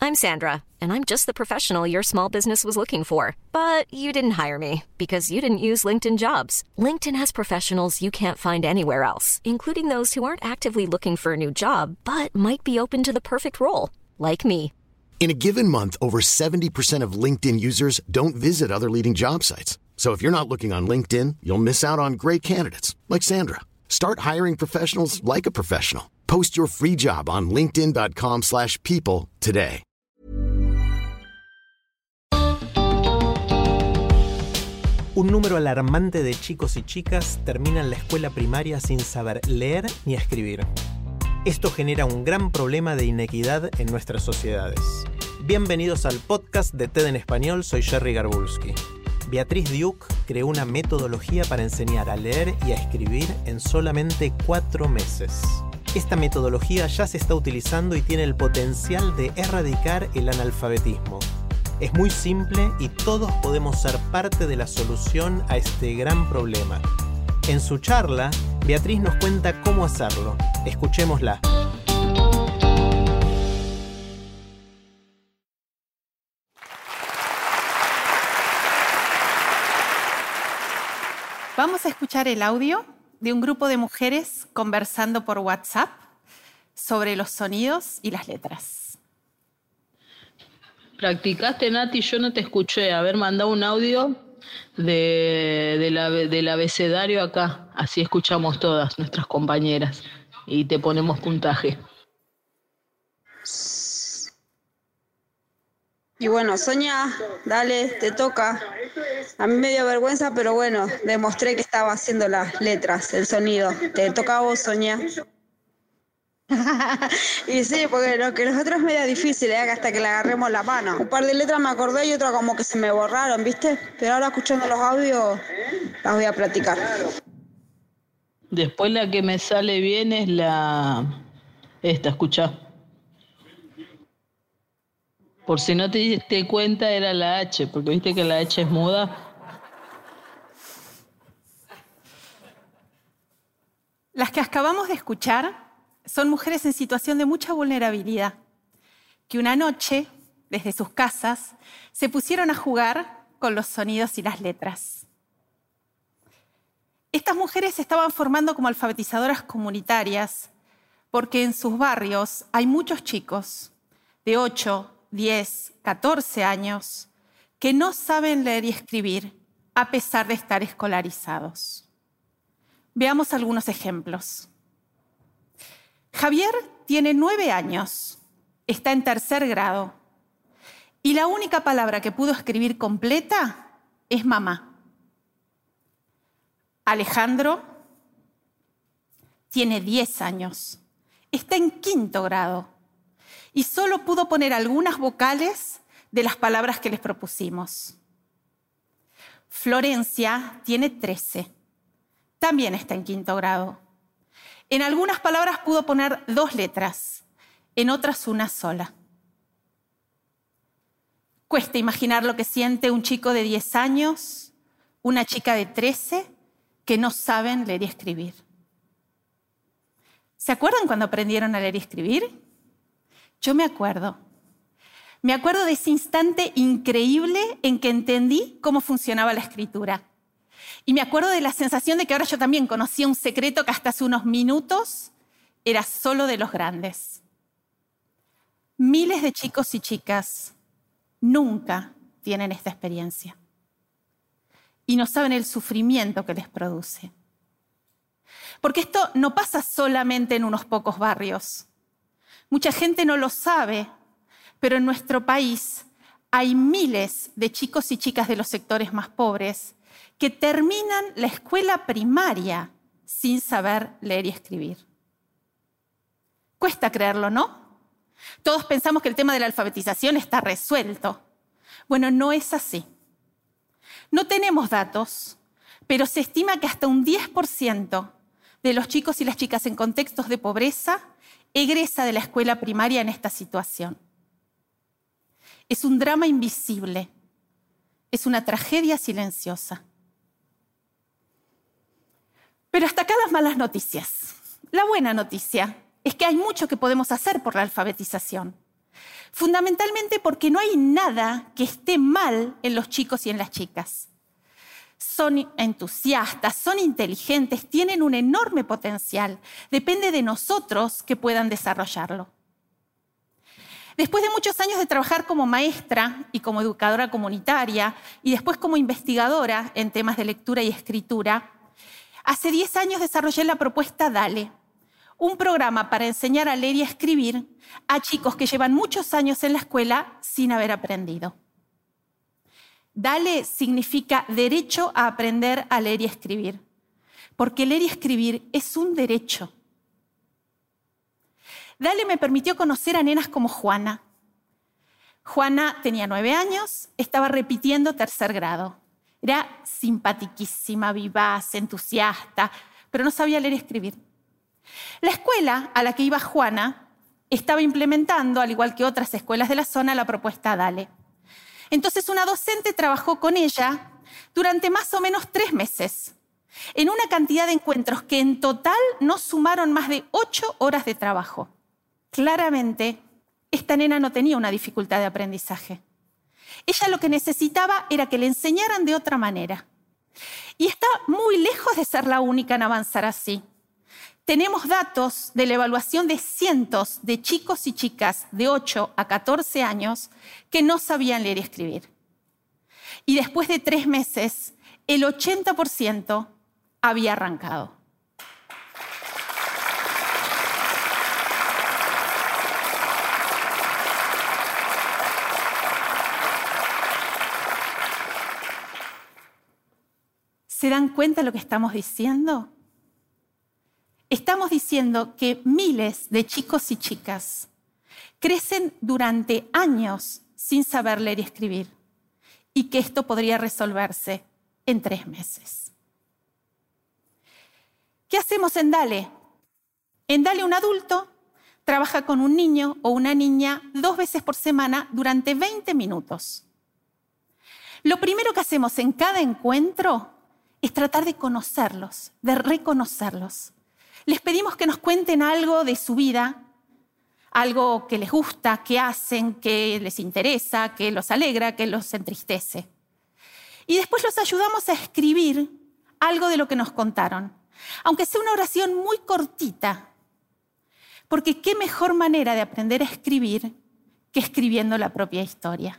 I'm Sandra, and I'm just the professional your small business was looking for. But you didn't hire me because you didn't use LinkedIn Jobs. LinkedIn has professionals you can't find anywhere else, including those who aren't actively looking for a new job, but might be open to the perfect role, like me. In a given month, over 70% of LinkedIn users don't visit other leading job sites. So if you're not looking on LinkedIn, you'll miss out on great candidates like Sandra. Start hiring professionals like a professional. Post your free job on linkedin.com/people today. Un número alarmante de chicos y chicas terminan la escuela primaria sin saber leer ni escribir. Esto genera un gran problema de inequidad en nuestras sociedades. Bienvenidos al podcast de TED en Español, soy Jerry Garbulski. Beatriz Duke creó una metodología para enseñar a leer y a escribir en solamente 4 meses. Esta metodología ya se está utilizando y tiene el potencial de erradicar el analfabetismo. Es muy simple y todos podemos ser parte de la solución a este gran problema. En su charla, Beatriz nos cuenta cómo hacerlo. Escuchémosla. Vamos a escuchar el audio de un grupo de mujeres conversando por WhatsApp sobre los sonidos y las letras. ¿Practicaste, Nati? Yo no te escuché. A ver, mandá un audio del abecedario acá. Así escuchamos todas nuestras compañeras y te ponemos puntaje. Y bueno, Sonia, dale, te toca. A mí me dio vergüenza, pero bueno, demostré que estaba haciendo las letras, el sonido. Te toca a vos, Sonia. Y sí, porque lo que nosotros es medio difícil, hasta que le agarremos la mano. Un par de letras me acordé y otras como que se me borraron, ¿viste? Pero ahora escuchando los audios las voy a practicar. Después la que me sale bien es esta, escuchá. Por si no te diste cuenta, era la H, porque viste que la H es muda. Las que acabamos de escuchar son mujeres en situación de mucha vulnerabilidad, que una noche, desde sus casas, se pusieron a jugar con los sonidos y las letras. Estas mujeres se estaban formando como alfabetizadoras comunitarias porque en sus barrios hay muchos chicos de 8, 10, 14 años que no saben leer y escribir a pesar de estar escolarizados. Veamos algunos ejemplos. Javier tiene 9 años, está en 3er grado y la única palabra que pudo escribir completa es mamá. Alejandro tiene 10 años, está en 5º grado y solo pudo poner algunas vocales de las palabras que les propusimos. Florencia tiene 13, también está en 5º grado. En algunas palabras pudo poner 2 letras, en otras una sola. Cuesta imaginar lo que siente un chico de 10 años, una chica de 13, que no saben leer y escribir. ¿Se acuerdan cuando aprendieron a leer y escribir? Yo me acuerdo. Me acuerdo de ese instante increíble en que entendí cómo funcionaba la escritura. Y me acuerdo de la sensación de que ahora yo también conocía un secreto que hasta hace unos minutos era solo de los grandes. Miles de chicos y chicas nunca tienen esta experiencia. Y no saben el sufrimiento que les produce. Porque esto no pasa solamente en unos pocos barrios. Mucha gente no lo sabe, pero en nuestro país hay miles de chicos y chicas de los sectores más pobres que terminan la escuela primaria sin saber leer y escribir. Cuesta creerlo, ¿no? Todos pensamos que el tema de la alfabetización está resuelto. Bueno, no es así. No tenemos datos, pero se estima que hasta un 10% de los chicos y las chicas en contextos de pobreza egresa de la escuela primaria en esta situación. Es un drama invisible, es una tragedia silenciosa. Pero hasta acá las malas noticias. La buena noticia es que hay mucho que podemos hacer por la alfabetización. Fundamentalmente porque no hay nada que esté mal en los chicos y en las chicas. Son entusiastas, son inteligentes, tienen un enorme potencial. Depende de nosotros que puedan desarrollarlo. Después de muchos años de trabajar como maestra y como educadora comunitaria y después como investigadora en temas de lectura y escritura, hace 10 años desarrollé la propuesta DALE, un programa para enseñar a leer y a escribir a chicos que llevan muchos años en la escuela sin haber aprendido. DALE significa derecho a aprender a leer y escribir, porque leer y escribir es un derecho. DALE me permitió conocer a nenas como Juana. Juana tenía 9 años, estaba repitiendo 3er grado. Era simpatiquísima, vivaz, entusiasta, pero no sabía leer y escribir. La escuela a la que iba Juana estaba implementando, al igual que otras escuelas de la zona, la propuesta DALE. Entonces una docente trabajó con ella durante más o menos 3 meses, en una cantidad de encuentros que en total no sumaron más de 8 horas de trabajo. Claramente, esta nena no tenía una dificultad de aprendizaje. Ella lo que necesitaba era que le enseñaran de otra manera. Y está muy lejos de ser la única en avanzar así. Tenemos datos de la evaluación de cientos de chicos y chicas de 8 a 14 años que no sabían leer y escribir. Y después de 3 meses, el 80% había arrancado. ¿Se dan cuenta de lo que estamos diciendo? Estamos diciendo que miles de chicos y chicas crecen durante años sin saber leer y escribir y que esto podría resolverse en 3 meses. ¿Qué hacemos en DALE? En DALE un adulto trabaja con un niño o una niña 2 veces por semana durante 20 minutos. Lo primero que hacemos en cada encuentro es tratar de conocerlos, de reconocerlos. Les pedimos que nos cuenten algo de su vida, algo que les gusta, que hacen, que les interesa, que los alegra, que los entristece. Y después los ayudamos a escribir algo de lo que nos contaron, aunque sea una oración muy cortita, porque qué mejor manera de aprender a escribir que escribiendo la propia historia.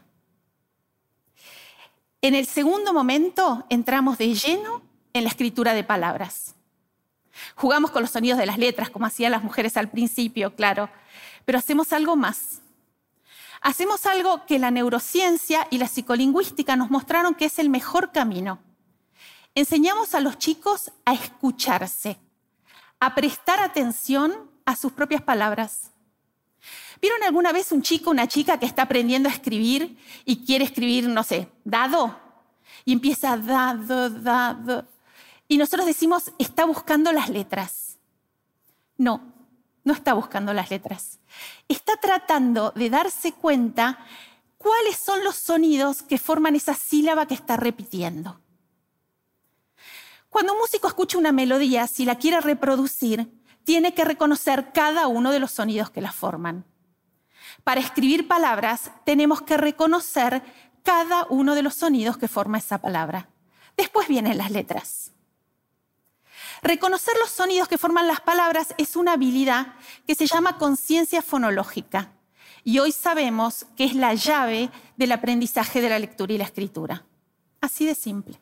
En el segundo momento entramos de lleno en la escritura de palabras. Jugamos con los sonidos de las letras, como hacían las mujeres al principio, claro, pero hacemos algo más. Hacemos algo que la neurociencia y la psicolingüística nos mostraron que es el mejor camino. Enseñamos a los chicos a escucharse, a prestar atención a sus propias palabras. ¿Vieron alguna vez un chico o una chica que está aprendiendo a escribir y quiere escribir, no sé, dado? Y empieza dado. Y nosotros decimos, está buscando las letras. No está buscando las letras. Está tratando de darse cuenta cuáles son los sonidos que forman esa sílaba que está repitiendo. Cuando un músico escucha una melodía, si la quiere reproducir, tiene que reconocer cada uno de los sonidos que la forman. Para escribir palabras, tenemos que reconocer cada uno de los sonidos que forma esa palabra. Después vienen las letras. Reconocer los sonidos que forman las palabras es una habilidad que se llama conciencia fonológica. Y hoy sabemos que es la llave del aprendizaje de la lectura y la escritura. Así de simple.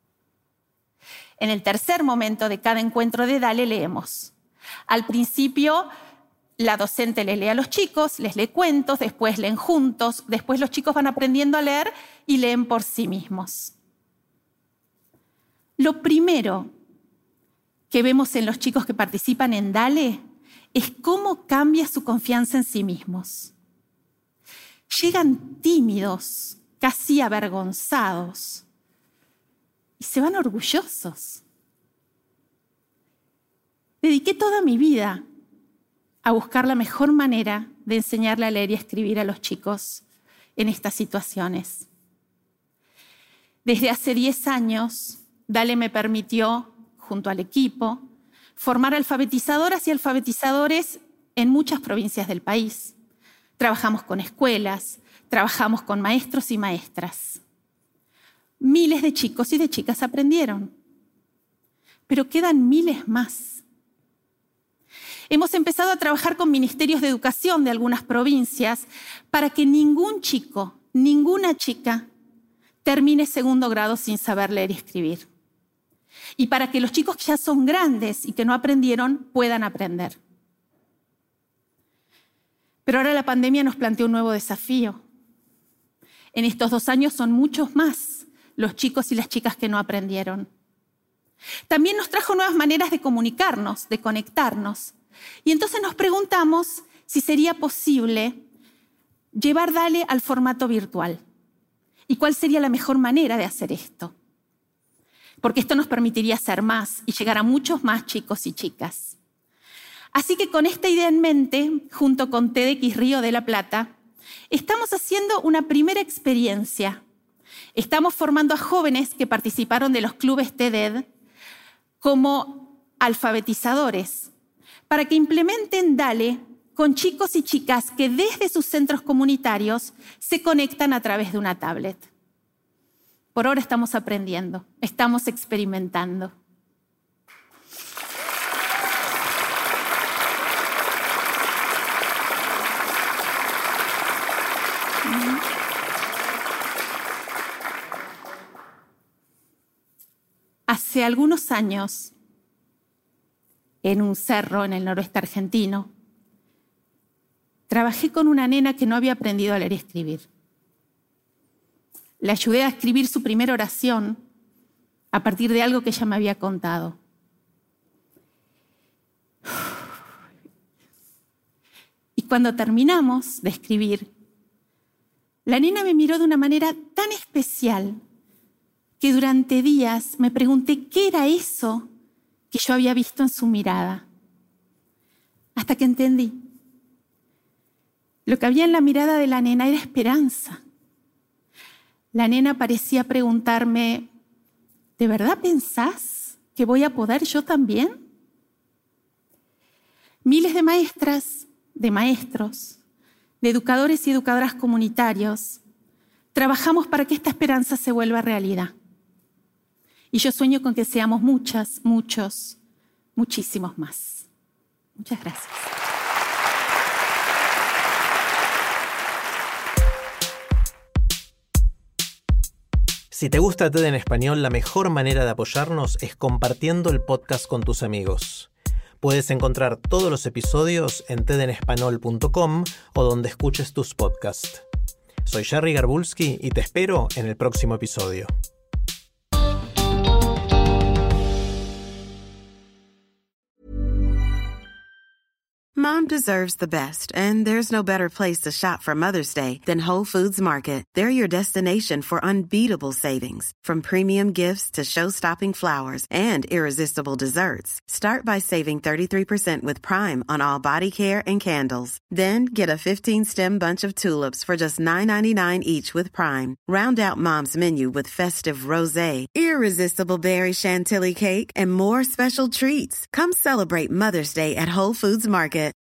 En el tercer momento de cada encuentro de DALE leemos. Al principio, la docente le lee a los chicos, les lee cuentos, después leen juntos, después los chicos van aprendiendo a leer y leen por sí mismos. Lo primero que vemos en los chicos que participan en DALE es cómo cambia su confianza en sí mismos. Llegan tímidos, casi avergonzados, y se van orgullosos. Dediqué toda mi vida a buscar la mejor manera de enseñarle a leer y a escribir a los chicos en estas situaciones. Desde hace 10 años, DALE me permitió, junto al equipo, formar alfabetizadoras y alfabetizadores en muchas provincias del país. trabajamos con escuelas, trabajamos con maestros y maestras. Miles de chicos y de chicas aprendieron, pero quedan miles más. Hemos empezado a trabajar con ministerios de educación de algunas provincias para que ningún chico, ninguna chica termine segundo grado sin saber leer y escribir. Y para que los chicos que ya son grandes y que no aprendieron puedan aprender. Pero ahora la pandemia nos plantea un nuevo desafío. En estos 2 años son muchos más los chicos y las chicas que no aprendieron. También nos trajo nuevas maneras de comunicarnos, de conectarnos. Y entonces nos preguntamos si sería posible llevar Dale al formato virtual. ¿Y cuál sería la mejor manera de hacer esto? Porque esto nos permitiría hacer más y llegar a muchos más chicos y chicas. Así que con esta idea en mente, junto con TEDx Río de la Plata, estamos haciendo una primera experiencia. Estamos formando a jóvenes que participaron de los clubes TED como alfabetizadores, para que implementen Dale con chicos y chicas que desde sus centros comunitarios se conectan a través de una tablet. Por ahora estamos aprendiendo, estamos experimentando. Hace algunos años, en un cerro en el noroeste argentino, trabajé con una nena que no había aprendido a leer y escribir. Le ayudé a escribir su primera oración a partir de algo que ella me había contado. Y cuando terminamos de escribir, la nena me miró de una manera tan especial que durante días me pregunté qué era eso que yo había visto en su mirada. Hasta que entendí. Lo que había en la mirada de la nena era esperanza. La nena parecía preguntarme, ¿de verdad pensás que voy a poder yo también? Miles de maestras, de maestros, de educadores y educadoras comunitarios, trabajamos para que esta esperanza se vuelva realidad. Y yo sueño con que seamos muchas, muchos, muchísimos más. Muchas gracias. Si te gusta TED en español, la mejor manera de apoyarnos es compartiendo el podcast con tus amigos. Puedes encontrar todos los episodios en tedenespanol.com o donde escuches tus podcasts. Soy Jerry Garbulski y te espero en el próximo episodio. Mom deserves the best, and there's no better place to shop for Mother's Day than Whole Foods Market. They're your destination for unbeatable savings, from premium gifts to show-stopping flowers and irresistible desserts. Start by saving 33% with Prime on all body care and candles. Then get a 15-stem bunch of tulips for just $9.99 each with Prime. Round out Mom's menu with festive rosé, irresistible berry chantilly cake, and more special treats. Come celebrate Mother's Day at Whole Foods Market.